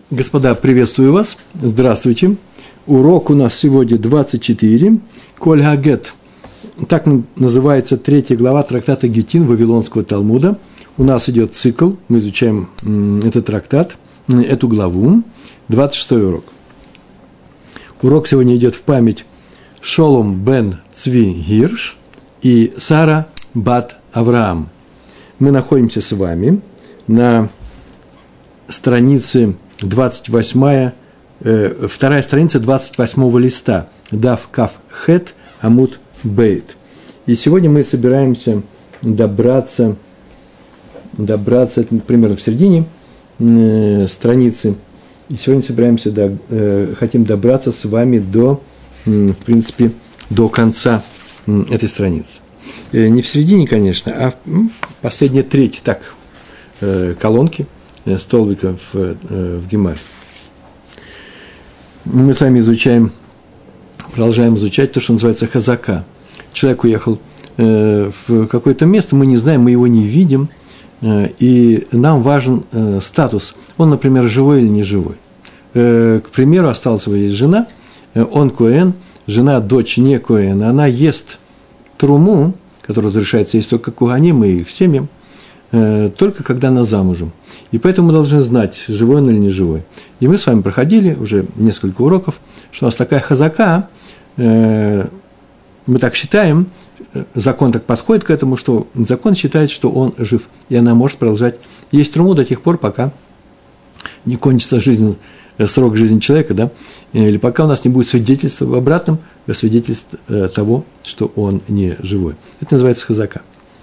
Господа, приветствую вас. Здравствуйте. Урок у нас сегодня 24. Коль Гагет. Так называется 3 глава трактата Гитин Вавилонского Талмуда. У нас идет цикл. Мы изучаем этот трактат, эту главу. 26 урок. Урок сегодня идет в память Шолом бен Цви Гирш и Сара бат Авраам. Мы находимся с вами на странице 28, вторая страница 28 листа, Дав Кав Хет Амуд Бейт. И сегодня мы собираемся добраться примерно в середине страницы, и сегодня собираемся, хотим добраться с вами до, в принципе, до конца этой страницы. Не в середине, конечно, а последняя треть, так, колонки, столбика в Гемаре. Мы с вами продолжаем изучать то, что называется хазака. Человек уехал в какое-то место, мы не знаем, мы его не видим, и нам важен статус. Он, например, живой или не живой. К примеру, осталась его есть жена, он коэн, жена, дочь не коэн, она ест труму, которая разрешается есть только куганим и их семьям, только когда она замужем. И поэтому мы должны знать, живой он или не живой. И мы с вами проходили уже несколько уроков, что у нас такая хазака, мы так считаем, закон так подходит к этому, что закон считает, что он жив, и она может продолжать есть труму до тех пор, пока не кончится срок жизни человека, да, или пока у нас не будет свидетельства в обратном, свидетельств того, что он не живой. Это называется хазака.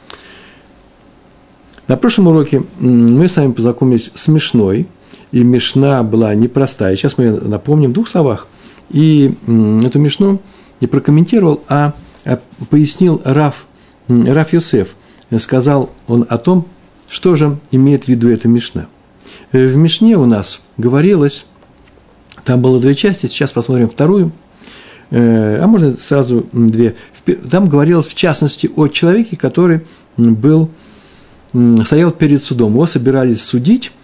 На прошлом уроке мы с вами познакомились с Мишной, и Мишна была непростая. Сейчас мы напомним в 2 словах. И эту Мишну не прокомментировал, а пояснил Рав Йосеф. Сказал он о том, что же имеет в виду эта Мишна. В Мишне у нас говорилось, там было 2 части, сейчас посмотрим вторую, а можно сразу 2. Там говорилось, в частности, о человеке, который стоял перед судом. Его собирались судить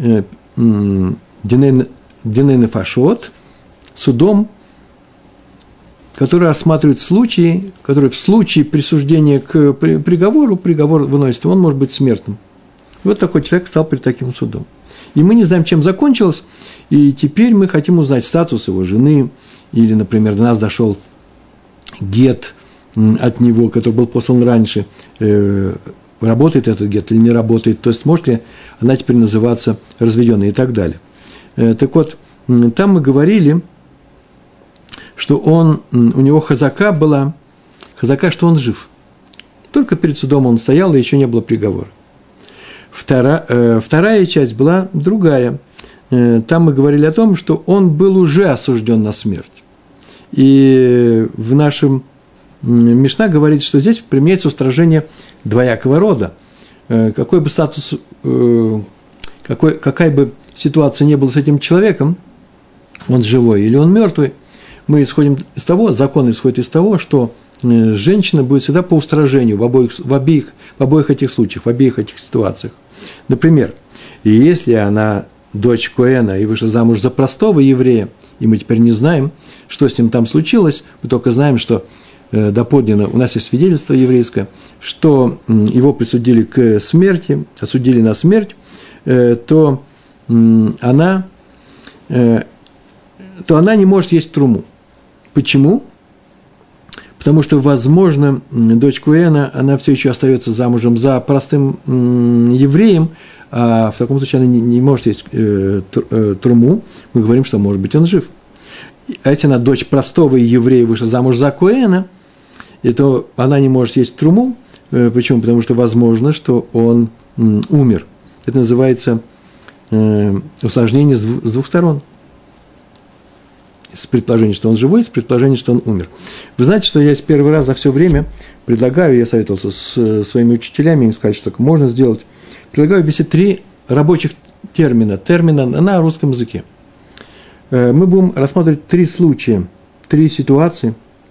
Диней Нефашот, судом, который рассматривает случаи, который в случае присуждения к приговору, приговор выносит, он может быть смертным. Вот такой человек стал перед таким судом. И мы не знаем, чем закончилось, и теперь мы хотим узнать статус его жены, или, например, до нас дошел гет от него, который был послан раньше, работает этот гет или не работает, то есть может ли она теперь называться разведенной и так далее. Так вот, там мы говорили, что у него хазака была, что он жив. Только перед судом он стоял, и еще не было приговора. Вторая часть была другая. Там мы говорили о том, что он был уже осужден на смерть. И в нашем Мишна говорит, что здесь применяется устражение двоякого рода. Какой бы статус, какая бы ситуация не была с этим человеком, он живой или он мертвый, мы исходим из того, закон исходит из того, что женщина будет всегда по устражению в обоих этих случаях, в обеих этих ситуациях. Например, если она дочь коэна и вышла замуж за простого еврея, и мы теперь не знаем, что с ним там случилось, мы только знаем, что доподлинно, у нас есть свидетельство еврейское, что его присудили к смерти, осудили на смерть, то она не может есть труму. Почему? Потому что, возможно, дочь коэна, она все еще остается замужем за простым евреем, а в таком случае она не может есть труму. Мы говорим, что, может быть, он жив. А если она дочь простого еврея вышла замуж за коэна, то она не может есть труму. Почему? Потому что возможно, что он умер. Это называется усложнение с 2 сторон. С предположением, что он живой, с предположением, что он умер. Вы знаете, что я первый раз за все время предлагаю, я советовался с своими учителями, им сказали, что так можно сделать, предлагаю ввести 3 рабочих термина на русском языке. Мы будем рассматривать 3 случая, 3 ситуации.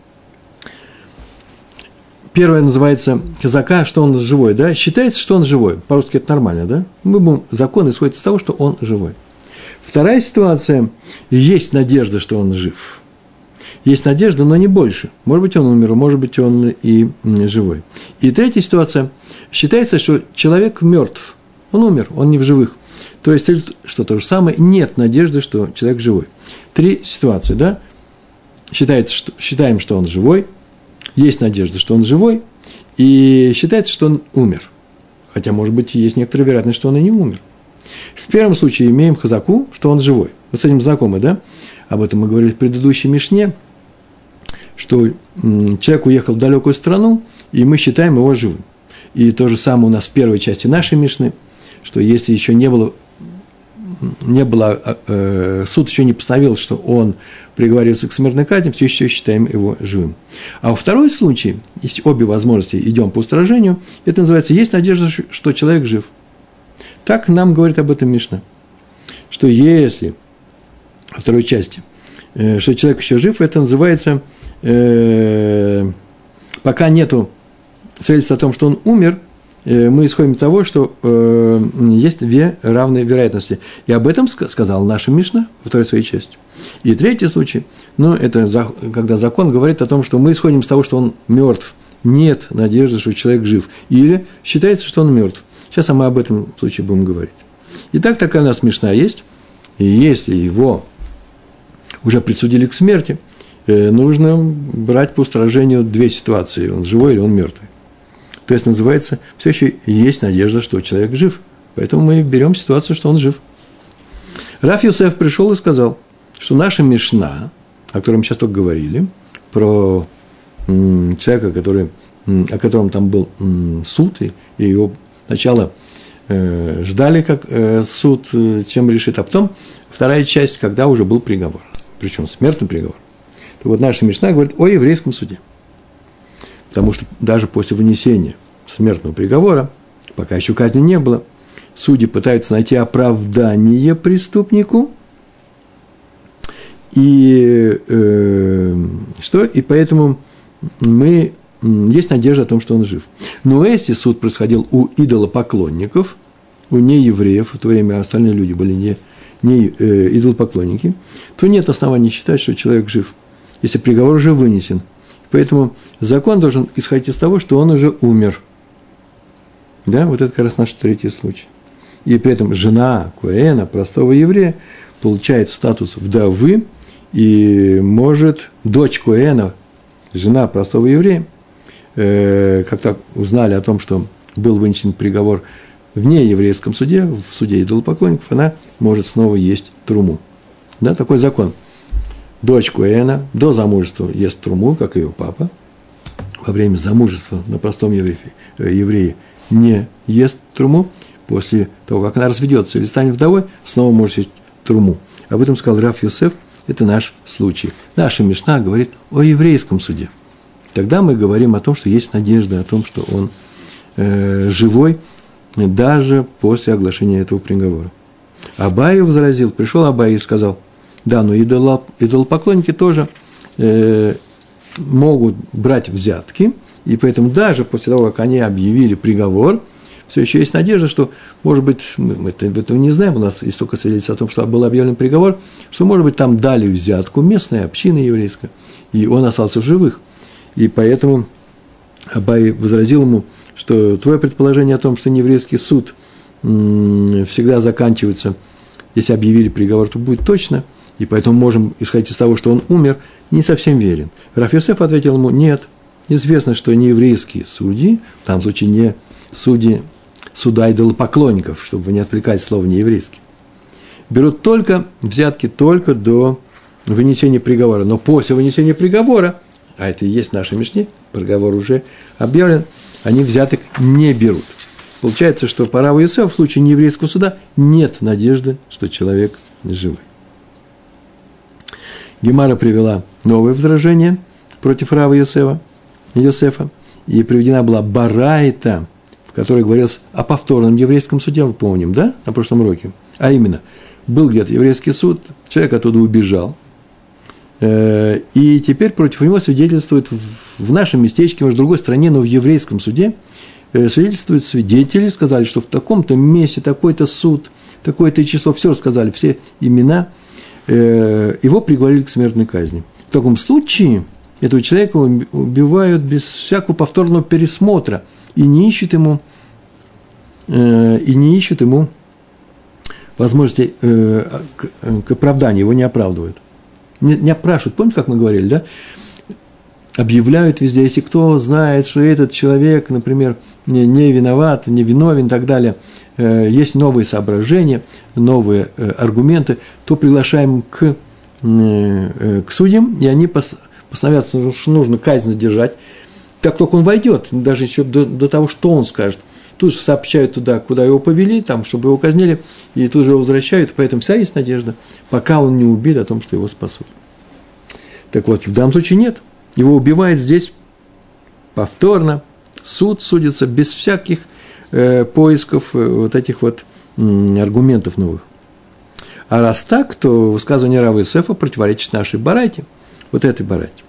Первое называется хазака, что он живой, да? Считается, что он живой. По-русски это нормально, да? Закон исходит из того, что он живой. Вторая ситуация – есть надежда, что он жив. Есть надежда, но не больше. Может быть, он умер, может быть, он и живой. И третья ситуация – считается, что человек мертв. Он умер, он не в живых. То есть, что то же самое, нет надежды, что человек живой. Три ситуации, да? Считаем, что он живой, есть надежда, что он живой, и считается, что он умер. Хотя, может быть, есть некоторая вероятность, что он и не умер. В первом случае имеем хазаку, что он живой. Вы с этим знакомы, да? Об этом мы говорили в предыдущей мишне, что человек уехал в далекую страну, и мы считаем его живым. И то же самое у нас в первой части нашей мишны, что если еще не было суд еще не постановил, что он приговорился к смертной казни, все еще считаем его живым. А во второй случай, есть обе возможности, идем по устражению, это называется, есть надежда, что человек жив. Так нам говорит об этом Мишна, что если, во второй части, что человек еще жив, это называется, пока нету свидетельства о том, что он умер, мы исходим из того, что есть две равные вероятности. И об этом сказал наша Мишна во второй своей части. И третий случай, это когда закон говорит о том, что мы исходим из того, что он мертв. Нет надежды, что человек жив. Или считается, что он мертв. Сейчас мы об этом случае будем говорить. Итак, такая у нас Мишна есть. И если его уже присудили к смерти, нужно брать по устражению две ситуации. Он живой или он мертвый. То есть, называется, все еще есть надежда, что человек жив. Поэтому мы берем ситуацию, что он жив. Рав Йосеф пришел и сказал, что наша Мишна, о которой мы сейчас только говорили, про человека, о котором там был суд, и его сначала ждали, как суд чем решит, а потом вторая часть, когда уже был приговор, причем смертный приговор. То вот наша Мишна говорит о еврейском суде. Потому что даже после вынесения смертного приговора, пока еще казни не было, судьи пытаются найти оправдание преступнику, и поэтому есть надежда о том, что он жив. Но если суд происходил у идолопоклонников, у неевреев, в то время остальные люди были не идолопоклонники, то нет оснований считать, что человек жив, если приговор уже вынесен. Поэтому закон должен исходить из того, что он уже умер. Да, вот это как раз наш третий случай. И при этом жена коэна, простого еврея, получает статус вдовы, и может дочь коэна, жена простого еврея, как-то узнали о том, что был вынесен приговор в нееврейском суде, в суде идолопоклонников, она может снова есть труму. Да, такой закон. Дочь коэна до замужества ест труму, как ее папа. Во время замужества на простом еврее не ест труму. После того, как она разведется или станет вдовой, снова может есть труму. Об этом сказал Рав Йосеф. Это наш случай. Наша Мишна говорит о еврейском суде. Тогда мы говорим о том, что есть надежда, о том, что он живой, даже после оглашения этого приговора. Абай возразил, пришел Абай и сказал, да, но идолопоклонники тоже могут брать взятки, и поэтому даже после того, как они объявили приговор, все еще есть надежда, что, может быть, мы этого не знаем, у нас есть только свидетельство о том, что был объявлен приговор, что, может быть, там дали взятку местная община еврейская, и он остался в живых. И поэтому Абай возразил ему, что твое предположение о том, что нееврейский суд всегда заканчивается, если объявили приговор, то будет точно, и поэтому можем исходить из того, что он умер, не совсем верен. Рав Йосеф ответил ему, нет, известно, что нееврейские судьи, в данном случае не судьи суда идолопоклонников, чтобы вы не отвлекали слово нееврейский, берут только взятки только до вынесения приговора. Но после вынесения приговора, а это и есть в нашей Мишне, приговор уже объявлен, они взяток не берут. Получается, что по Раву Йосефу в случае нееврейского суда нет надежды, что человек живой. Гемара привела новое возражение против Рава Йосефа, и приведена была барайта, в которой говорилось о повторном еврейском суде, вы помним, да, на прошлом уроке? А именно, был где-то еврейский суд, человек оттуда убежал, и теперь против него свидетельствуют в нашем местечке, может, в другой стране, но в еврейском суде, свидетельствуют свидетели, сказали, что в таком-то месте такой-то суд такое-то число, все рассказали, все имена, его приговорили к смертной казни. В таком случае этого человека убивают без всякого повторного пересмотра и не ищут ему возможности к оправданию, его не оправдывают. Не опрашивают. Помните, как мы говорили, да? Объявляют везде, если кто знает, что этот человек, например, не виноват, не виновен и так далее, есть новые соображения, новые аргументы, то приглашаем к судьям, и они постановят, что нужно казнь задержать. Как только он войдет, даже еще до того, что он скажет, тут же сообщают туда, куда его повели, там, чтобы его казнили, и тут же его возвращают, поэтому вся есть надежда, пока он не убит, о том, что его спасут. Так вот, в данном случае нет. Его убивают здесь повторно, суд судится без всяких поисков вот этих вот аргументов новых. А раз так, то высказывание Рава Йосефа противоречит нашей барайте, вот этой барайте.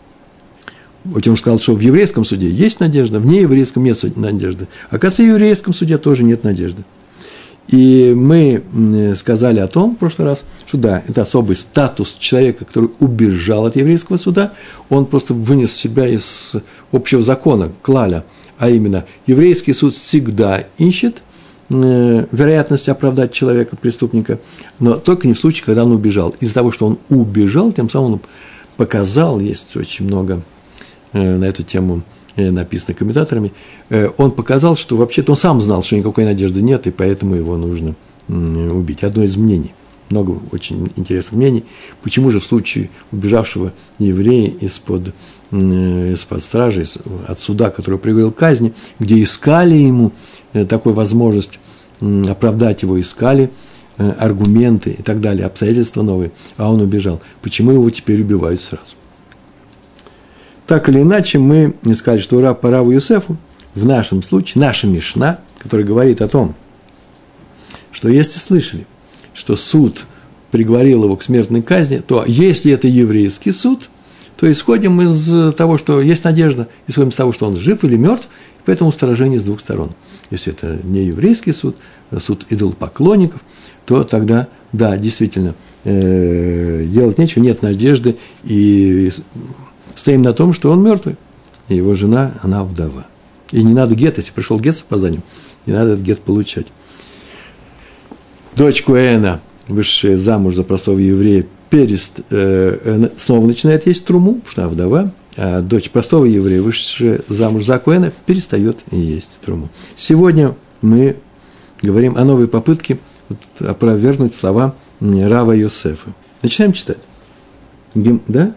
Вот он сказал, что в еврейском суде есть надежда, в нееврейском нет надежды. Оказывается, в еврейском суде тоже нет надежды. И мы сказали о том в прошлый раз, что да, это особый статус человека, который убежал от еврейского суда, он просто вынес себя из общего закона, клаля, а именно еврейский суд всегда ищет вероятность оправдать человека, преступника, но только не в случае, когда он убежал. Из-за того, что он убежал, тем самым он показал, есть очень много на эту тему написано комментаторами, он показал, что вообще-то он сам знал, что никакой надежды нет, и поэтому его нужно убить. Одно из мнений, много очень интересных мнений, почему же в случае убежавшего еврея из-под стражи, от суда, который привел к казни, где искали ему такую возможность оправдать его, искали аргументы и так далее, обстоятельства новые, а он убежал. Почему его теперь убивают сразу? Так или иначе, мы сказали, что по Раву Йосефу, в нашем случае, наша Мишна, которая говорит о том, что если слышали, что суд приговорил его к смертной казни, то если это еврейский суд, то исходим из того, что есть надежда, исходим из того, что он жив или мертв, поэтому устражение с двух сторон. Если это не еврейский суд, а суд идолопоклонников, то тогда, да, действительно, делать нечего, нет надежды, и стоим на том, что он мертвый, и его жена, она вдова. И не надо гет, если пришел гет с опозданием, не надо этот гет получать. Дочь Коэна, вышедшая замуж за простого еврея, снова начинает есть труму, потому что она вдова, а дочь простого еврея, вышедшая замуж за Коэна, перестает есть труму. Сегодня мы говорим о новой попытке опровергнуть слова Рава Йосефа. Начинаем читать. Да?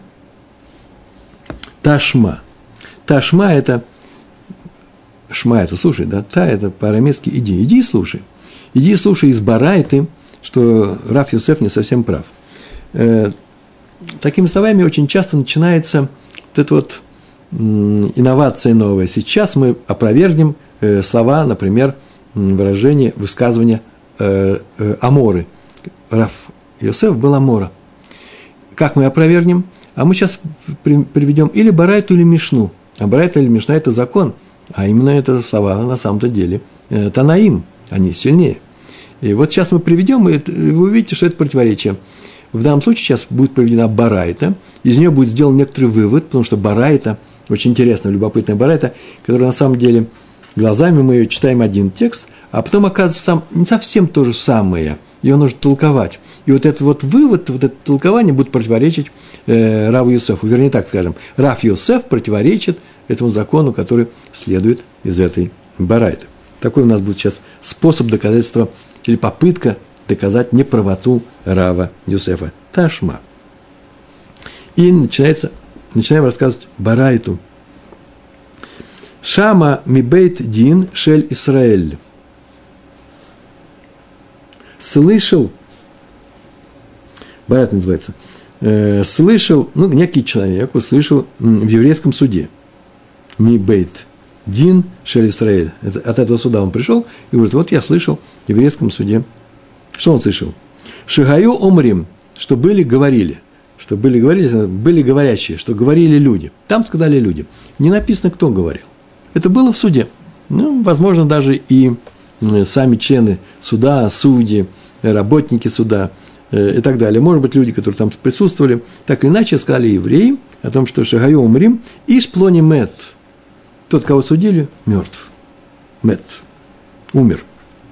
Ташма. Ташма – это, шма – это слушай, да? Та – это по-арамейски иди. Иди и слушай. Иди и слушай из барайты, что Рав Йосеф не совсем прав. Такими словами очень часто начинается вот эта вот инновация новая. Сейчас мы опровергнем слова, например, выражение, высказывания Аморы. Рав Йосеф был Амора. Как мы опровергнем? А мы сейчас приведем или барайту, или мишну. А барайта или мишна – это закон, а именно это слова на самом-то деле танаим, они сильнее. И вот сейчас мы приведем, и вы увидите, что это противоречие. В данном случае сейчас будет проведена барайта, из нее будет сделан некоторый вывод, потому что барайта, очень интересная, любопытная барайта, которая на самом деле, глазами мы ее читаем один текст, а потом оказывается там не совсем то же самое, ее нужно толковать. И вот этот вот вывод, вот это толкование будет противоречить Раву Йосефу, вернее так скажем, Рав Йосеф противоречит этому закону, который следует из этой барайты. Такой у нас будет сейчас способ доказательства или попытка доказать неправоту Рава Йосефа. Ташма. И начинаем рассказывать барайту. Шама мибейт дин шель Исраэль. Слышал, барайт называется, слышал, некий человек услышал в еврейском суде. Мибейт дин шель Исраэль. От этого суда он пришел и говорит, вот я слышал в еврейском суде. Что он слышал? Шигаю омрим, что были говорящие, что говорили люди. Там сказали люди. Не написано, кто говорил. Это было в суде. Возможно, даже и сами члены суда, судьи, работники суда и так далее. Может быть, люди, которые там присутствовали, так или иначе сказали евреи о том, что Шагаю умрим, иш плони мет. Тот, кого судили, мертв. Мет. Умер.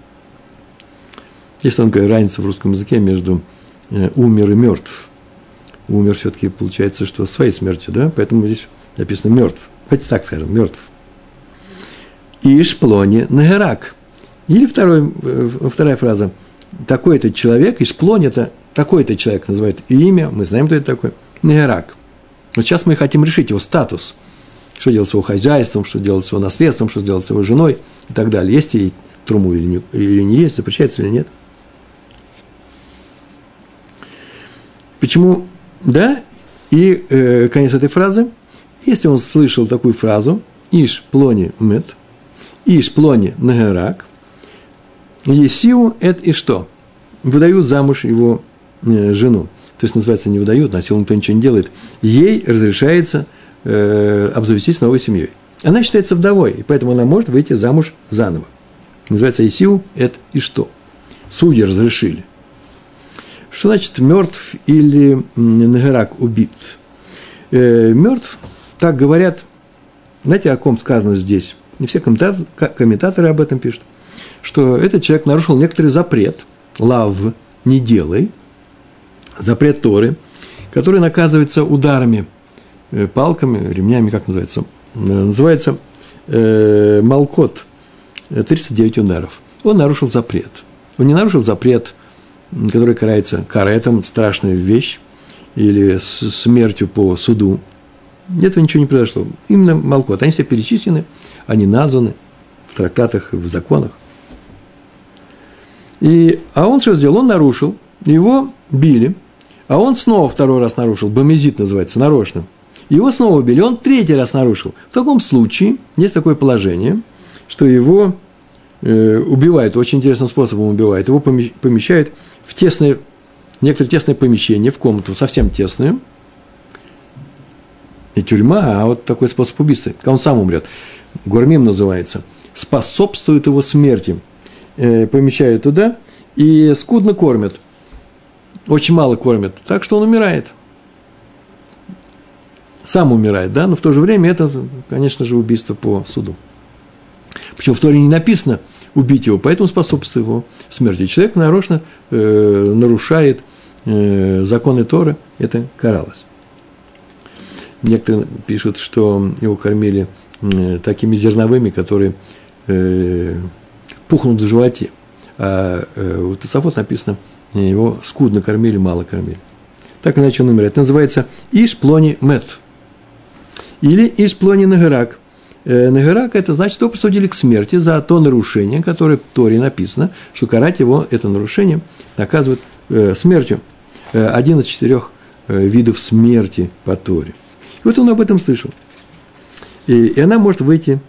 Есть тонкая разница в русском языке между умер и мертв. Умер все-таки получается, что своей смертью, да? Поэтому здесь написано мертв. Хоть так скажем, мертв. Иш плони нагерак. Или вторая фраза. Такой-то человек, иш плони, это такой-то человек называет имя, мы знаем, кто это такой. Нагерак. Вот сейчас мы хотим решить его статус. Что делать с его хозяйством, что делать с его наследством, что сделать с его женой и так далее. Есть ей труму или не есть, запрещается или нет. Почему? Да, и конец этой фразы. Если он слышал такую фразу, иш плони мет, иш плони нагерак, есиу эт и что? Выдают замуж его жену. То есть, называется, не выдают, насилу никто ничего не делает. Ей разрешается обзавестись новой семьей. Она считается вдовой, и поэтому она может выйти замуж заново. Называется есиу эт и что? Судьи разрешили. Что значит мертв или нагерак убит? Мертв, так говорят, знаете, о ком сказано здесь? Не все комментаторы об этом пишут, что этот человек нарушил некоторый запрет, лав, не делай, запрет Торы, который наказывается ударами, палками, ремнями, как называется? Называется малкот, 39 ударов. Он нарушил запрет. Он не нарушил запрет, который карается каретом, страшная вещь, или смертью по суду. Этого ничего не произошло. Именно малкот. Они все перечислены, они названы в трактатах, в законах. А он что сделал? Он нарушил, его били, а он снова второй раз нарушил, бомезит называется, нарочно. Его снова убили, он третий раз нарушил. В таком случае есть такое положение, что его убивают, очень интересным способом убивают, его помещают в некоторое тесное помещение, в комнату, совсем тесную, не тюрьма, а вот такой способ убийства, когда он сам умрет, гурмим называется, способствует его смерти, помещают туда и скудно кормят, очень мало кормят, так что он умирает. Сам умирает, да, но в то же время это, конечно же, убийство по суду. Причем в Торе не написано убить его, поэтому способствует его смерти. Человек нарочно нарушает законы Торы, это каралось. Некоторые пишут, что его кормили такими зерновыми, которые пухнут в животе. А у Тосафот написано, его скудно кормили, мало кормили. Так иначе он умирает. Это называется иш плони мет. Или иш плони нагерак. Нагерак – это значит, его присудили к смерти за то нарушение, которое в Торе написано, что карать его, это нарушение, наказывают смертью. 1 из 4 видов смерти по Торе. И вот он об этом слышал. И она может выйти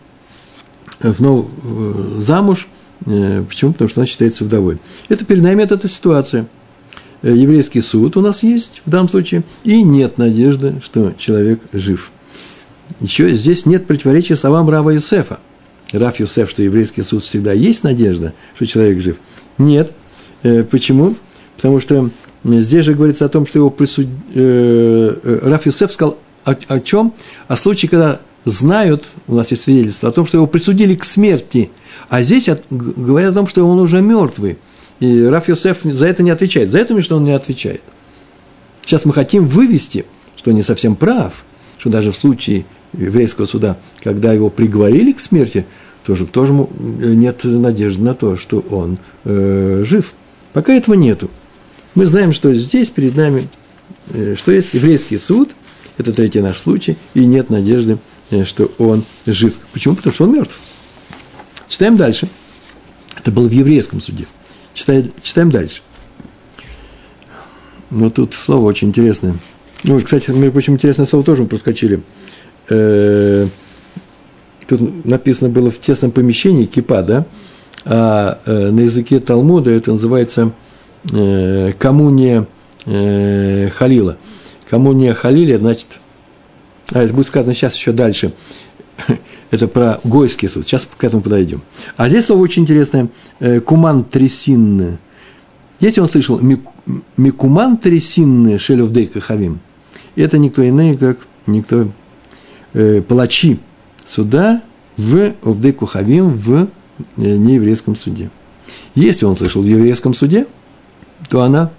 замуж. Почему? Потому что она считается вдовой. Это перед нами эта ситуация. Еврейский суд у нас есть в данном случае, и нет надежды, что человек жив. Еще здесь нет противоречия словам Рава Йосефа. Рав Йосеф, что еврейский суд всегда есть надежда, что человек жив. Нет. Почему? Потому что здесь же говорится о том, что его Рав Йосеф сказал о чем? О случае, когда знают, у нас есть свидетельство о том, что его присудили к смерти, а здесь говорят о том, что он уже мертвый. И Рав Йосеф за это не отвечает. За это, что он не отвечает. Сейчас мы хотим вывести, что он не совсем прав, что даже в случае еврейского суда, когда его приговорили к смерти, тоже нет надежды на то, что он жив. Пока этого нету. Мы знаем, что здесь перед нами, что есть еврейский суд, это третий наш случай, и нет надежды, что он жив. Почему? Потому что он мертв. Читаем дальше. Это было в еврейском суде. Читаем дальше. Но тут слово очень интересное. Ну, кстати, между прочим, интересное слово тоже мы проскочили. Тут написано было в тесном помещении, кипа, да? А на языке Талмуда это называется коммуния халила. Коммуния халиля, значит, это будет сказано сейчас еще дальше. Это про гойский суд. Сейчас к этому подойдем. А здесь слово очень интересное. Куман трясин. Если он слышал «Микуман трясинные шелевдей кахавим», это никто иные, как палачи суда в Овдей Кохавим в нееврейском суде. Если он слышал в еврейском суде, то она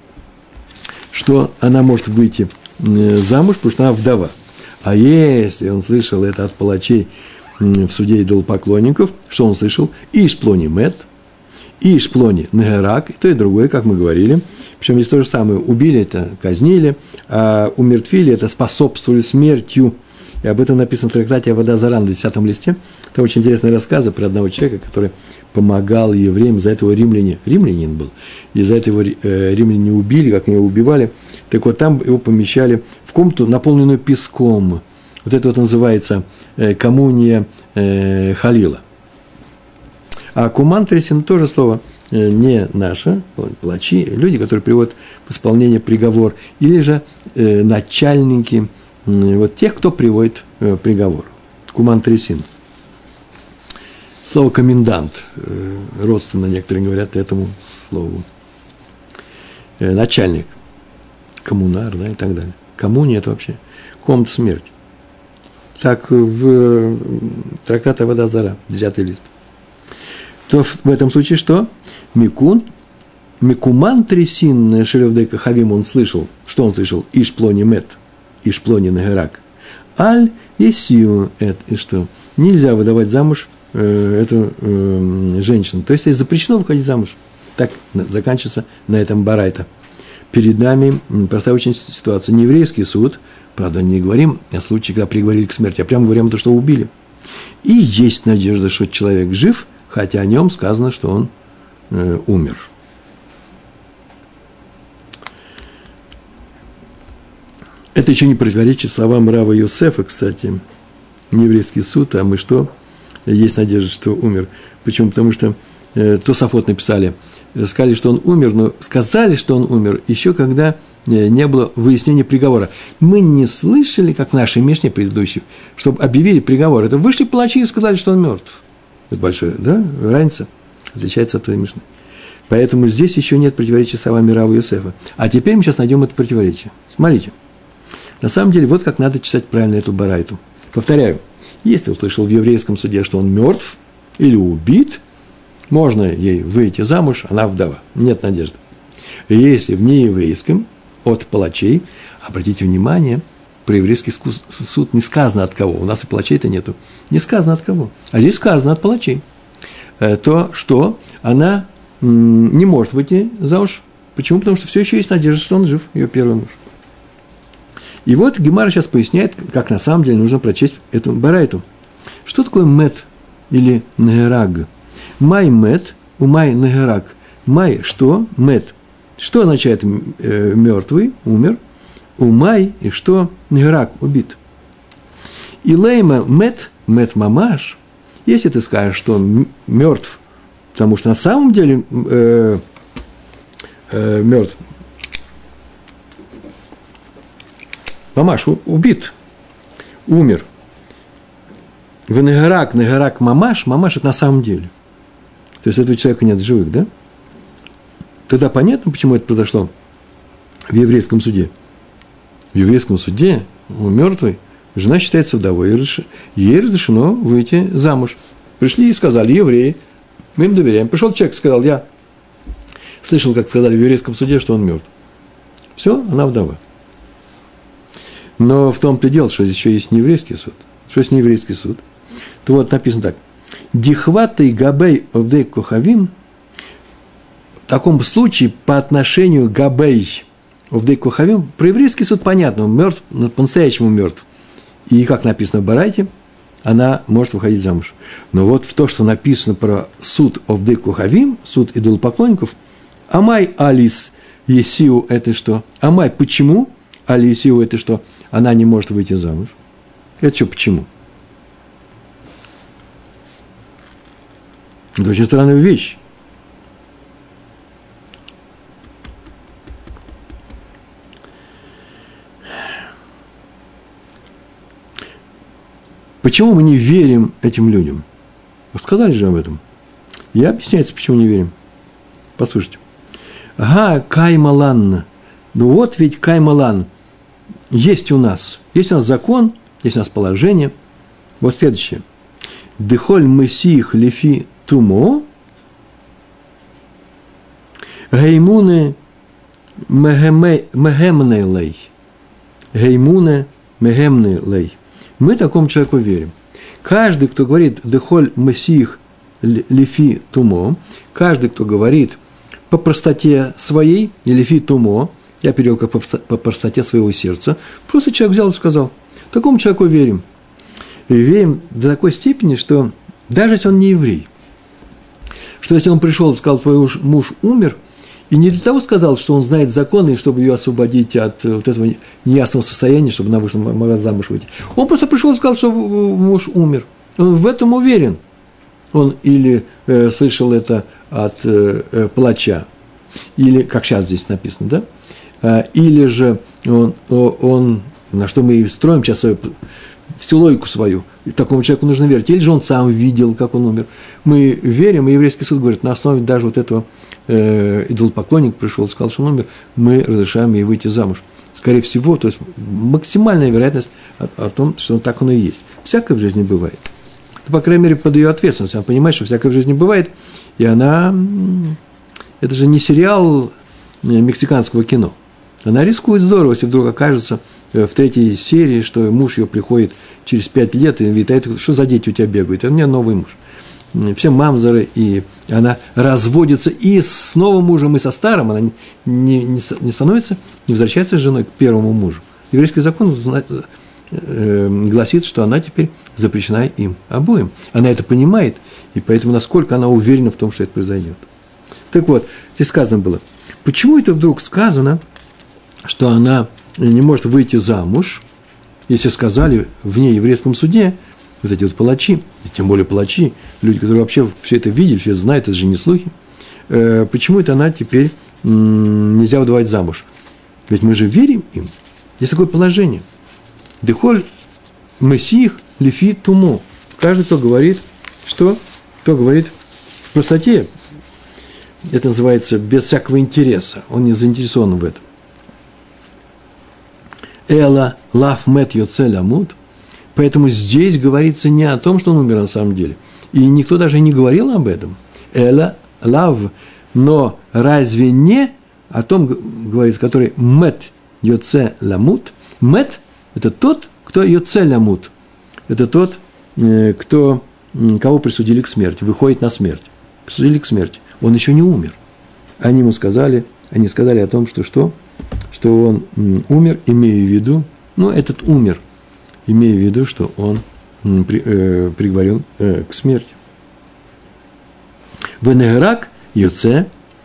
может выйти замуж, потому что она вдова. А если он слышал это от палачей в суде идолопоклонников, что он слышал? Иш плони мет, иш плони негерак, и то, и другое, как мы говорили. Причем здесь то же самое. Убили это, казнили, а умертвили это, способствовали смертью. И об этом написано в трактате «Авода Зара» на 10 листе. Там очень интересные рассказы про одного человека, который помогал евреям, за этого римлянин был, и за этого римляне убили, как его убивали. Так вот, там его помещали в комнату, наполненную песком. Вот это вот называется коммуния Халила. А куман трясин тоже слово не наше, палачи, люди, которые приводят в исполнение приговор, или же начальники вот тех, кто приводит приговор. Куман трясин. Слово комендант, родственно некоторые говорят этому слову. Начальник, коммунар, да, и так далее. Коммуния – это вообще комната смерти. Так в трактате «Авода Зара», 10 лист. То в этом случае что? Микуман трясин шелевдей кахавим он слышал. Что он слышал? Иш плони мет, иш плони негерак. Аль есию эт, и что? Нельзя выдавать замуж эту женщину. То есть, запрещено выходить замуж. Так заканчивается на этом барайта. Перед нами простая очень ситуация. Не еврейский суд, правда, не говорим о случае, когда приговорили к смерти, а прямо говорим о том, что убили. И есть надежда, что человек жив, хотя о нем сказано, что он умер. Это еще не противоречит словам Рава Йосефа, кстати. Не еврейский суд, а мы что? Есть надежда, что умер. Почему? Потому что Тосафот написали, сказали, что он умер, но сказали, что он умер, еще когда не было выяснения приговора. Мы не слышали, как в нашей Мишне предыдущей, чтобы объявили приговор. Это вышли палачи и сказали, что он мертв. Это большая, да, разница, отличается от той Мишны. Поэтому здесь еще нет противоречия с словами Рава Йосефа. А теперь мы сейчас найдем это противоречие. Смотрите. На самом деле, вот как надо читать правильно эту барайту. Повторяю. Если услышал в еврейском суде, что он мертв или убит, можно ей выйти замуж, она вдова. Нет надежды. Если в нееврейском, от палачей, обратите внимание, про еврейский суд не сказано от кого. У нас и палачей-то нету. Не сказано от кого. А здесь сказано от палачей. То, что она не может выйти замуж. Почему? Потому что все еще есть надежда, что он жив, ее первый муж. И вот Гемара сейчас поясняет, как на самом деле нужно прочесть эту барайту. Что такое мет или негераг? Май мет, умай негераг. Май что? Мет. Что означает мертвый, умер? Умай и что? Негераг, убит. И лейма мет, мет мамаш. Если ты скажешь, что мертв, потому что на самом деле мертв, мамаш убит, умер. В негерак мамаш, мамаш это на самом деле. То есть этого человека нет в живых, да? Тогда понятно, почему это произошло в еврейском суде. В еврейском суде у мертвой жена считается вдовой, ей разрешено выйти замуж. Пришли и сказали, евреи, мы им доверяем. Пришел человек и сказал, я слышал, как сказали в еврейском суде, что он мертв. Все, она вдова. Но в том-то и дело, что здесь еще есть нееврейский суд. Что есть нееврейский суд? То вот написано так. Дихватай габей овдей кохавим. В таком случае по отношению габей овдей кохавим, про еврейский суд понятно, он мертв, по-настоящему мертв. И как написано в Барайте, она может выходить замуж. Но вот в то, что написано про суд овдей кохавим, суд идолопоклонников, амай алис есиу это что? Амай почему? Алисию это что? Она не может выйти замуж. Это что, почему? Это очень странная вещь. Почему мы не верим этим людям? Сказали же об этом. Я объясняется, почему не верим. Послушайте. Ага, каймалан. Ну вот ведь каймалан. Есть у нас закон, есть у нас положение. Вот следующее. Дехоль месих лефи тумо, геймуне мегемне лей. Геймуне мегемне лей. Мы такому человеку верим. Каждый, кто говорит дехоль месих лефи тумо, каждый, кто говорит по простоте своей, лефи тумо, я перевел как по простоте своего сердца, просто человек взял и сказал, такому человеку верим. И верим до такой степени, что даже если он не еврей, что если он пришел и сказал, твой муж умер, и не для того сказал, что он знает законы, чтобы ее освободить от вот этого неясного состояния, чтобы она могла замуж выйти. Он просто пришел и сказал, что муж умер. Он в этом уверен. Он или слышал это от палача, или, как сейчас здесь написано, да? Или же он, на что мы и строим сейчас всю логику свою, и такому человеку нужно верить. Или же он сам видел, как он умер. Мы верим, и еврейский суд говорит, на основе даже вот этого идолопоклонник пришел и сказал, что он умер, мы разрешаем ей выйти замуж. Скорее всего, то есть максимальная вероятность о том, что так оно и есть. Всякое в жизни бывает. По крайней мере, под ее ответственностью. Она понимает, что всякое в жизни бывает, и она... Это же не сериал мексиканского кино. Она рискует здорово, если вдруг окажется в третьей серии, что муж ее приходит через 5 лет и говорит, а это что за дети у тебя бегают? Это у меня новый муж. Все мамзеры, и она разводится и с новым мужем, и со старым. Она не становится, не возвращается с женой к первому мужу. Еврейский закон гласит, что она теперь запрещена им обоим. Она это понимает, и поэтому насколько она уверена в том, что это произойдет. Так вот, здесь сказано было, почему это вдруг сказано, что она не может выйти замуж, если сказали в нееврейском суде, вот эти вот палачи, тем более палачи, люди, которые вообще все это видели, все это знают, это же не слухи, почему это она теперь нельзя выдавать замуж? Ведь мы же верим им. Есть такое положение. Дехоль месих лефи тумо. Каждый, кто говорит, что? Кто говорит в простоте. Это называется без всякого интереса. Он не заинтересован в этом. Эла лав мет йоцель амут. Поэтому здесь говорится не о том, что он умер на самом деле. И никто даже не говорил об этом. Эла лав. Но разве не о том говорится, который мет йоцель амут. Мет – это тот, кто йоцель амут. Это тот, кого присудили к смерти, выходит на смерть. Присудили к смерти. Он еще не умер. Они сказали о том, что он умер, имея в виду, этот умер, имея в виду, что он приговорен к смерти. Венеграк йоце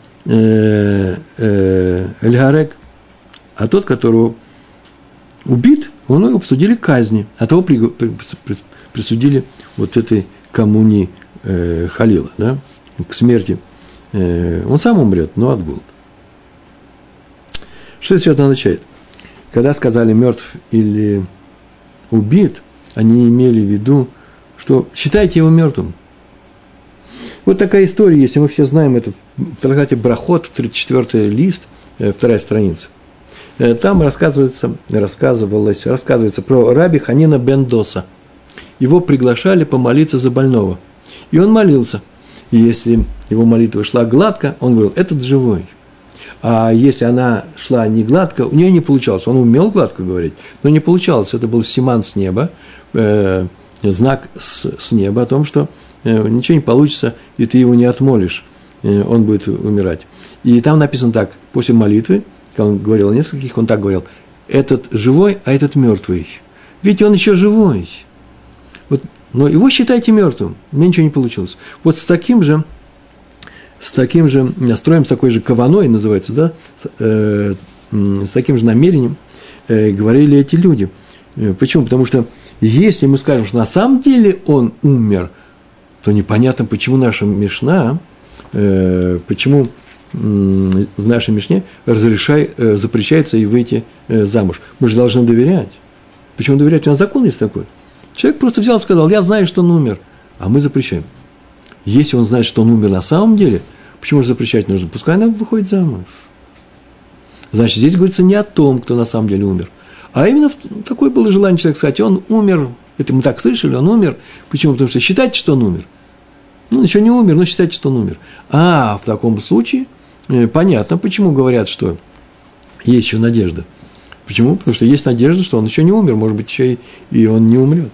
эльгарек, а тот, которого убит, он его присудили к казни, а того присудили вот этой коммуни Халила, да, к смерти. Он сам умрет, но от голода. Что это все это означает? Когда сказали мертв или убит, они имели в виду, что считайте его мертвым. Вот такая история, если мы все знаем, это в трактате Брахот, 34-й лист, 2-я страница. Там рассказывается про раби Ханина бен Доса. Его приглашали помолиться за больного. И он молился. И если его молитва шла гладко, он говорил, этот живой. А если она шла не гладко, у нее не получалось. Он умел гладко говорить, но не получалось. Это был симан с неба, знак с неба о том, что ничего не получится, и ты его не отмолишь, он будет умирать. И там написано так, после молитвы, когда он говорил о нескольких, он так говорил, этот живой, а этот мертвый. Ведь он еще живой. Вот, но его считайте мертвым, у меня ничего не получилось. Вот с таким же настроем, с такой же каваной, называется, да, с таким же намерением говорили эти люди. Почему? Потому что если мы скажем, что на самом деле он умер, то непонятно, почему наша Мишна, почему в нашей Мишне запрещается ей выйти замуж. Мы же должны доверять. Почему доверять? У нас закон есть такой. Человек просто взял и сказал, я знаю, что он умер, а мы запрещаем. Если он знает, что он умер на самом деле, Почему же запрещать нужно? Пускай она выходит замуж. Значит, здесь говорится не о том, кто на самом деле умер, а именно такое было желание человека сказать, он умер, это мы так слышали, он умер. Почему? Потому что считайте, что он умер. Ну, еще не умер, но считайте, что он умер. А в таком случае понятно, почему говорят, что есть еще надежда. Почему? Потому что есть надежда, что он еще не умер, может быть, еще и он не умрет.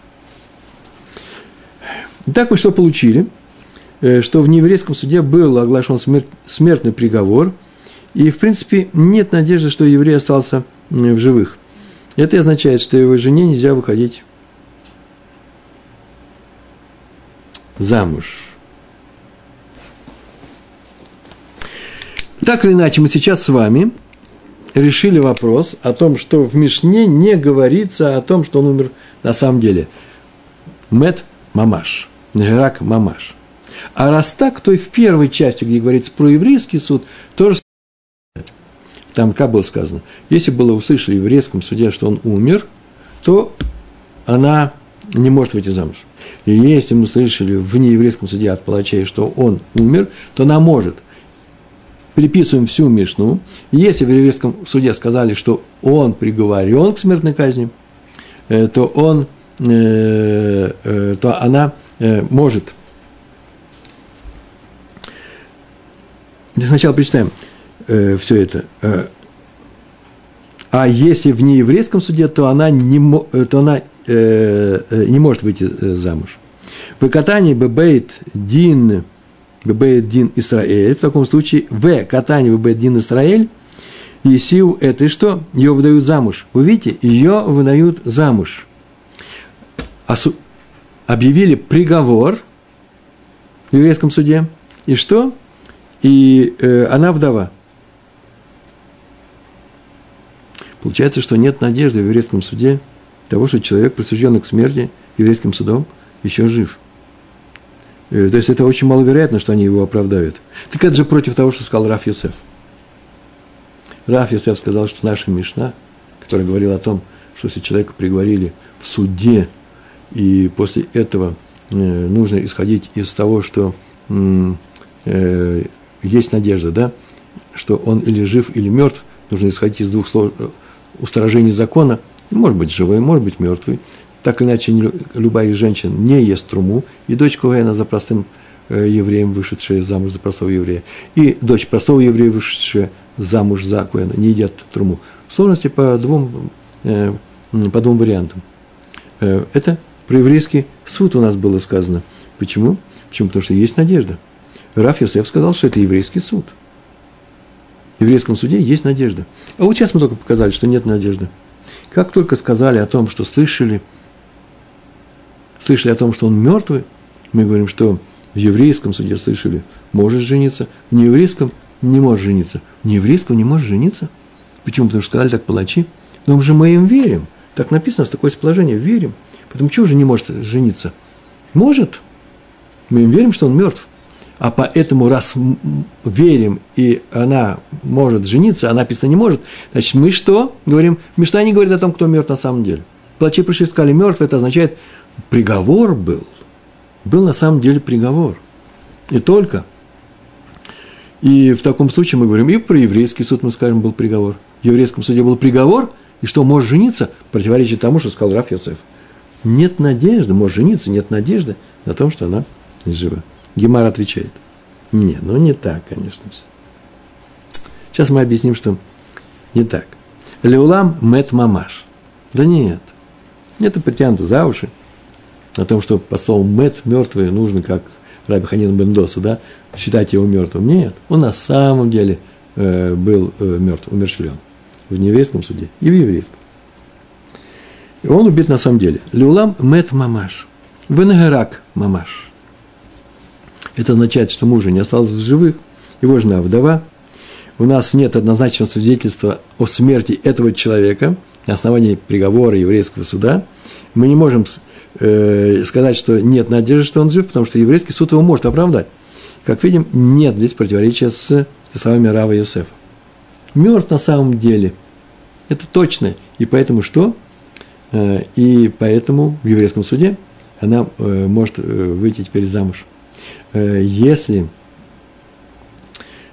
Итак, мы что получили? Что в нееврейском суде был оглашен смертный приговор, и, в принципе, нет надежды, что еврей остался в живых. Это означает, что его жене нельзя выходить замуж. Так или иначе, мы сейчас с вами решили вопрос о том, что в Мишне не говорится о том, что он умер на самом деле. Мет мамаш, нерак мамаш. А раз так, то и в первой части, где говорится про еврейский суд, тоже там, как было сказано, если было услышано в еврейском суде, что он умер, то она не может выйти замуж. И если мы слышали в нееврейском суде от палачей, что он умер, то она может. Переписываем всю Мишну. И если в еврейском суде сказали, что он приговорен к смертной казни, то она может. Сначала прочитаем все это. А если в нееврейском суде, то она не может выйти замуж. В катании бебейт дин Исраэль, в таком случае, в катании бебейт дин Исраэль, Есиу это и что? Ее выдают замуж. Вы видите, ее выдают замуж. Объявили приговор в еврейском суде. И что? И она вдова. Получается, что нет надежды в еврейском суде того, что человек, присужденный к смерти еврейским судом, еще жив. То есть, это очень маловероятно, что они его оправдают. Так это же против того, что сказал Рав Йосеф. Рав Йосеф сказал, что наша Мишна, которая говорила о том, что если человека приговорили в суде, и после этого нужно исходить из того, что есть надежда, да, что он или жив, или мертв, нужно исходить из двух устражений закона, может быть живой, может быть мертвый. Так иначе любая из женщин не ест труму, и дочь Коэна за простым евреем, вышедшая замуж за простого еврея, и дочь простого еврея, вышедшая замуж за Коэна, не едят труму. В сложности по двум вариантам. Это про еврейский суд у нас было сказано. Почему? Почему? Потому что есть надежда. Рав Йосеф сказал, что это еврейский суд. В еврейском суде есть надежда. А вот сейчас мы только показали, что нет надежды. Как только сказали о том, что слышали о том, что он мертвый, мы говорим, что в еврейском суде слышали, может жениться, в нееврейском не может жениться. В нееврейском не может жениться? Почему? Потому что сказали так палачи. Но же мы им верим. Так написано, с такое положение, верим. Поэтому чего же не может жениться? Может. Мы им верим, что он мертв. А поэтому, раз верим, и она может жениться, а написано не может, значит, мы что? Говорим, Мишна не говорит о том, кто мертв на самом деле. Палачи пришли и сказали, мертв, это означает, приговор был. Был на самом деле приговор. И только. И в таком случае мы говорим, и про еврейский суд мы скажем, был приговор. В еврейском суде был приговор, и что, может жениться, противоречит тому, что сказал Рав Йосеф. Нет надежды, может жениться, нет надежды на том, что она жива. Гемара отвечает. Нет, ну не так, конечно. Сейчас мы объясним, что не так. Леулам мет мамаш. Да нет. Это притянуто за уши. О том, что по слову мет, мертвый, нужно, как Раби Ханина бен Доса, да, считать его мертвым. Нет, он на самом деле был мертв, умерщвлен. В нееврейском суде и в еврейском. И он убит на самом деле. Леулам мет мамаш. Венегерак мамаш. Это означает, что мужа не осталось в живых, его жена вдова. У нас нет однозначного свидетельства о смерти этого человека на основании приговора еврейского суда. Мы не можем сказать, что нет надежды, что он жив, потому что еврейский суд его может оправдать. Как видим, нет здесь противоречия с словами Рава Йосефа. Мертв на самом деле. Это точно. И поэтому что? И поэтому в еврейском суде она может выйти теперь замуж. Если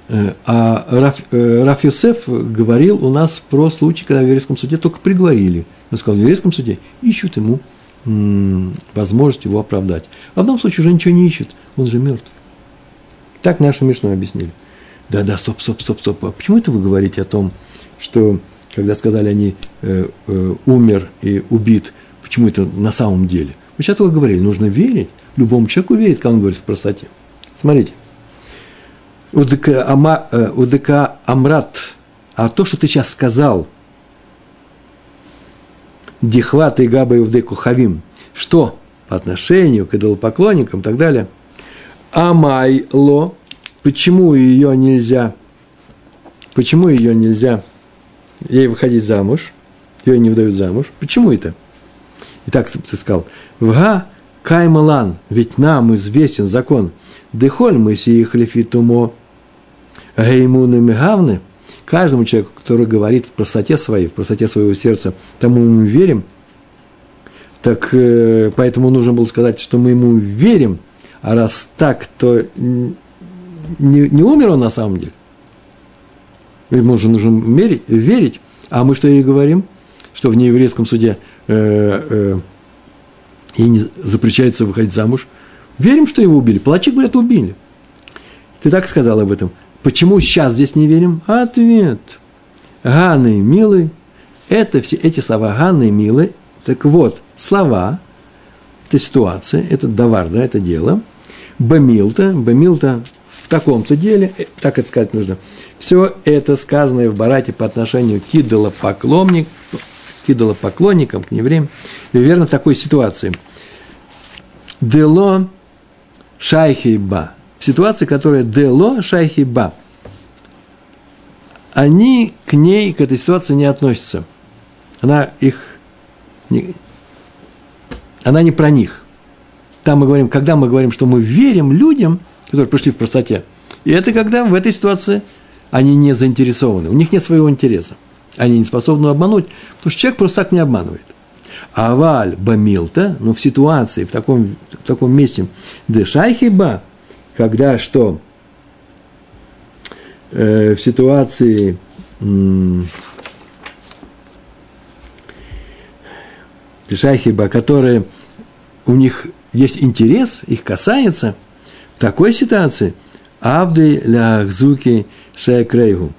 А Рав Йосеф говорил у нас про случай, когда в еврейском суде только приговорили. Он сказал, в еврейском суде ищут ему возможность его оправдать. А в данном случае уже ничего не ищут, он же мертв. Так нашу Мишну объяснили. Да, стоп. А почему это вы говорите о том, что, когда сказали они умер и убит, почему это на самом деле? Мы сейчас только говорили, нужно верить, любому человеку верить, когда он говорит в простоте. Смотрите. Удека Амрат, а то, что ты сейчас сказал, Дихват и Габа и Увдеку Хавим, что по отношению к идолопоклонникам и так далее, Амайло, почему ее нельзя ей выходить замуж, ее не выдают замуж, почему это? И так ты сказал, Вга Каймалан, ведь нам известен закон, Дехоль мы сиих лефитумо, Геймуны Мегавны, каждому человеку, который говорит в простоте своего сердца, тому мы верим, так поэтому нужно было сказать, что мы ему верим, а раз так, то не умер он на самом деле. Ему же нужно верить, а мы что и говорим, что в нееврейском суде ей не запрещается выходить замуж. Верим, что его убили. Палачи говорят, убили. Ты так сказал об этом. Почему сейчас здесь не верим? Ответ. Ганный, милый. Это все эти слова Ганный, милый. Так вот, слова, это ситуация, это давар, да, это дело. Бамилта в таком-то деле, так это сказать нужно. Все это сказанное в Барате по отношению к идолопоклонникам, к евреям, верно в такой ситуации. Дело шайхейба. В ситуации, которая дело шайхейба. Они к этой ситуации не относятся. Она не про них. Там мы говорим, когда мы говорим, что мы верим людям, которые пришли в простоте, и это когда в этой ситуации они не заинтересованы, у них нет своего интереса. Они не способны обмануть, потому что человек просто так не обманывает. А валь бамилта, в ситуации, в таком месте, дешайхиба, когда что? В ситуации дешайхиба, которые у них есть интерес, их касается, в такой ситуации авды ля гзуки шекрейгу.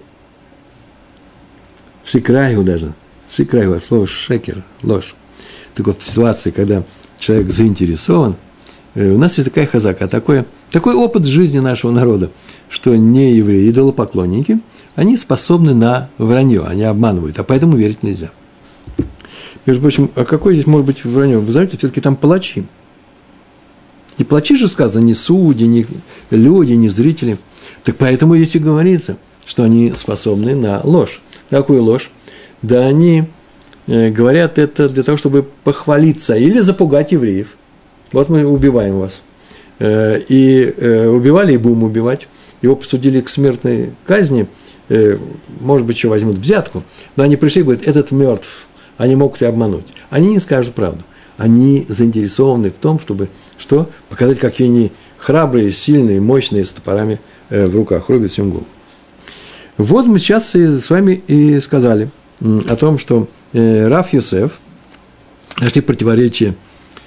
Шикрайгу даже. Шикрайгу от слова шекер, ложь. Так вот, в ситуации, когда человек заинтересован, у нас есть такая хазака, такой опыт жизни нашего народа, что не евреи, идолопоклонники, они способны на вранье, они обманывают, а поэтому верить нельзя. Между прочим, а какое здесь может быть вранье? Вы знаете, все-таки там палачи. И палачи же сказано, не судьи, не люди, не зрители. Так поэтому здесь и говорится, что они способны на ложь. Какую ложь? Да они говорят это для того, чтобы похвалиться или запугать евреев. Вот мы убиваем вас. И убивали, и будем убивать. Его посудили к смертной казни. Может быть, еще возьмут взятку. Но они пришли и говорят, этот мертв. Они могут и обмануть. Они не скажут правду. Они заинтересованы в том, чтобы что? Показать, какие они храбрые, сильные, мощные, с топорами в руках, рубят всем голову. Вот мы сейчас с вами и сказали о том, что Рав Йосеф нашли противоречие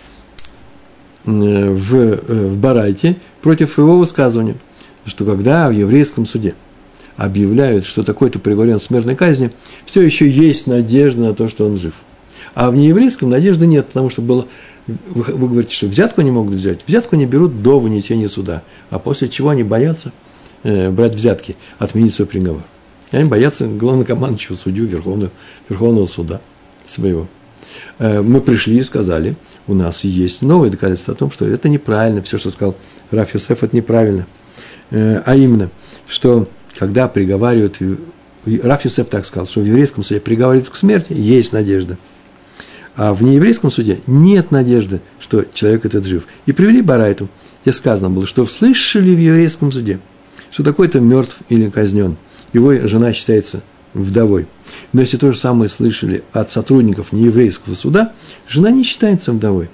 в Барайте против его высказывания, что когда в еврейском суде объявляют, что такой-то приговорен к смертной казни, все еще есть надежда на то, что он жив. А в нееврейском надежды нет, потому что было, вы говорите, что взятку они могут взять. Взятку они берут до вынесения суда, а после чего они боятся брать взятки, отменить свой приговор. Они боятся главнокомандующего судью Верховного суда своего. Мы пришли и сказали, у нас есть новые доказательства о том, что это неправильно, все, что сказал Рав Йосеф, это неправильно. А именно, что когда приговаривают, Рав Йосеф так сказал, что в еврейском суде приговаривают к смерти, есть надежда. А в нееврейском суде нет надежды, что человек этот жив. И привели Барайту, где сказано было, что слышали в еврейском суде, что такой-то мертв или казнен. Его жена считается вдовой. Но если то же самое слышали от сотрудников нееврейского суда, жена не считается вдовой.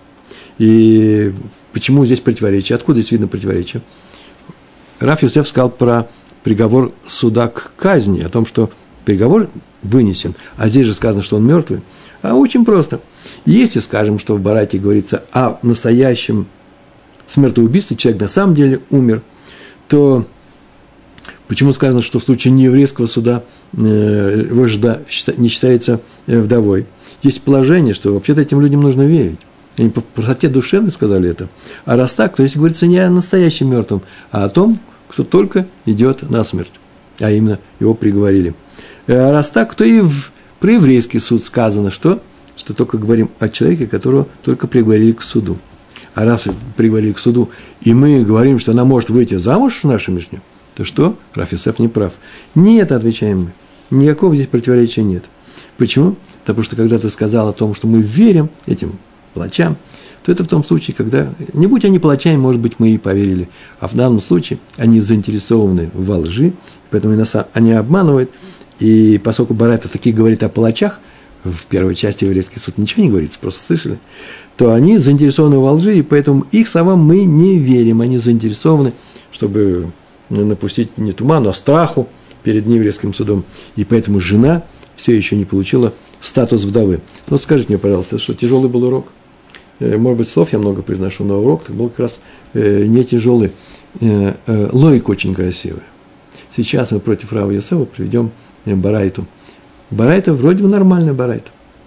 И почему здесь противоречие? Откуда здесь видно противоречие? Рав Йосеф сказал про приговор суда к казни, о том, что приговор вынесен, а здесь же сказано, что он мертвый. А очень просто. Если скажем, что в Барайте говорится о настоящем смертоубийстве, человек на самом деле умер, то почему сказано, что в случае нееврейского суда вожда не считается вдовой? Есть положение, что вообще-то этим людям нужно верить. Они по простоте душевной сказали это. А раз так, то здесь говорится не о настоящем мертвом, а о том, кто только идет на смерть. А именно, его приговорили. А раз так, то и про еврейский суд сказано, что только говорим о человеке, которого только приговорили к суду. А раз приговорили к суду, и мы говорим, что она может выйти замуж в нашей Мишне, то что? Рав Йосеф не прав. Нет, отвечаем мы. Никакого здесь противоречия нет. Почему? Потому что когда ты сказал о том, что мы верим этим палачам, то это в том случае, когда, не будь они палачами, может быть, мы и поверили. А в данном случае они заинтересованы во лжи, поэтому они обманывают. И поскольку Барайта таки говорит о палачах, в первой части еврейский суд ничего не говорится, просто слышали, то они заинтересованы во лжи, и поэтому их словам мы не верим. Они заинтересованы, чтобы напустить не туману, а страху перед нееврейским судом. И поэтому жена все еще не получила статус вдовы. Вот скажите мне, пожалуйста, что тяжелый был урок? Может быть, слов я много произношу, но урок был как раз не тяжелый. Логика очень красивая. Сейчас мы против Рава Йосефа приведем Барайту. Барайта вроде бы нормальная Барайта.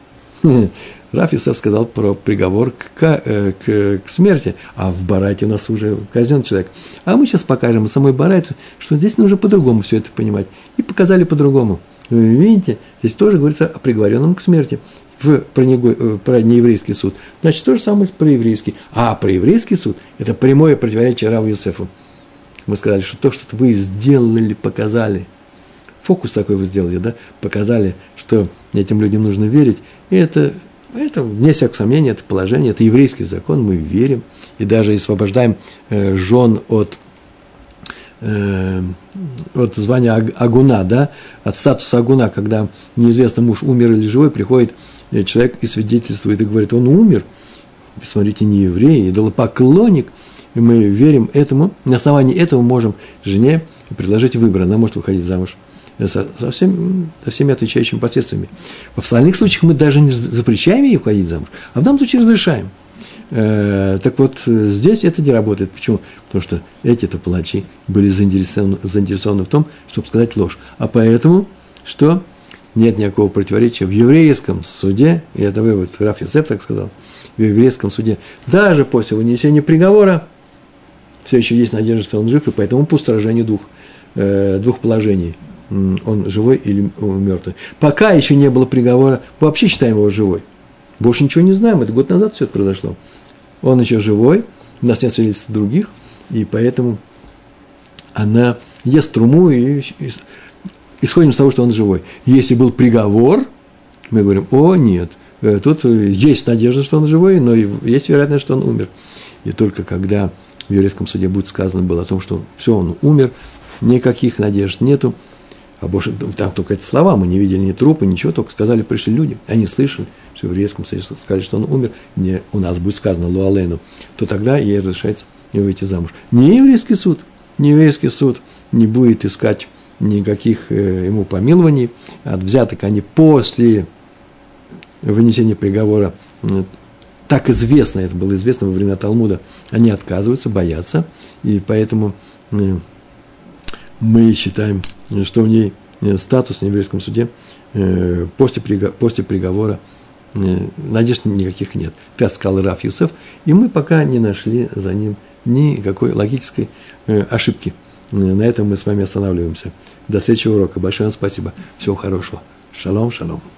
Рав Йосеф сказал про приговор к смерти, а в Барайте у нас уже казнен человек. А мы сейчас покажем самой Барайте, что здесь нужно по-другому все это понимать. И показали по-другому. Вы видите, здесь тоже говорится о приговоренном к смерти. Про нееврейский суд. Значит, то же самое про еврейский. А про еврейский суд – это прямое противоречие Раву Йосефу. Мы сказали, что то, что вы сделали, показали. Фокус такой вы сделали, да? Показали, что этим людям нужно верить. И это вне всякого сомнения, это положение, это еврейский закон, мы верим. И даже освобождаем жен от звания агуна, да? От статуса агуна, когда неизвестно, муж умер или живой, приходит человек и свидетельствует, и говорит, он умер. Смотрите, не еврей, идолопоклонник. И мы верим этому. На основании этого можем жене предложить выбор. Она может выходить замуж со всеми отвечающими последствиями. В остальных случаях мы даже не запрещаем ей выходить замуж, а в данном случае разрешаем. Так вот, здесь это не работает. Почему? Потому что эти-то палачи были заинтересованы в том, чтобы сказать ложь. А поэтому, что нет никакого противоречия в еврейском суде, и это вывод, Рав Йосеф так сказал, в еврейском суде, даже после вынесения приговора, все еще есть надежда, что он жив, и поэтому по устражению двух положений. Он живой или мертвый. Пока еще не было приговора, вообще считаем его живой. Больше ничего не знаем, это год назад все это произошло. Он еще живой, у нас нет свидетельств других, и поэтому она ест труму, и исходим с того, что он живой. Если был приговор, мы говорим, нет, тут есть надежда, что он живой, но есть вероятность, что он умер. И только когда в еврейском суде будет сказано было о том, что все, он умер, никаких надежд нету, а больше там только эти слова, мы не видели ни трупа, ничего, только сказали, пришли люди, они слышали, что в еврейском суде сказали, что он умер, у нас будет сказано луалейну, то тогда ей разрешается выйти замуж. Не еврейский суд не будет искать никаких ему помилований, от взяток они после вынесения приговора, так известно, это было известно во времена Талмуда, они отказываются, боятся, и поэтому мы считаем, что у ней статус на еврейском суде после приговора надежд никаких нет. Так сказал Рав Йосеф, и мы пока не нашли за ним никакой логической ошибки. На этом мы с вами останавливаемся. До следующего урока. Большое вам спасибо. Всего хорошего. Шалом, шалом.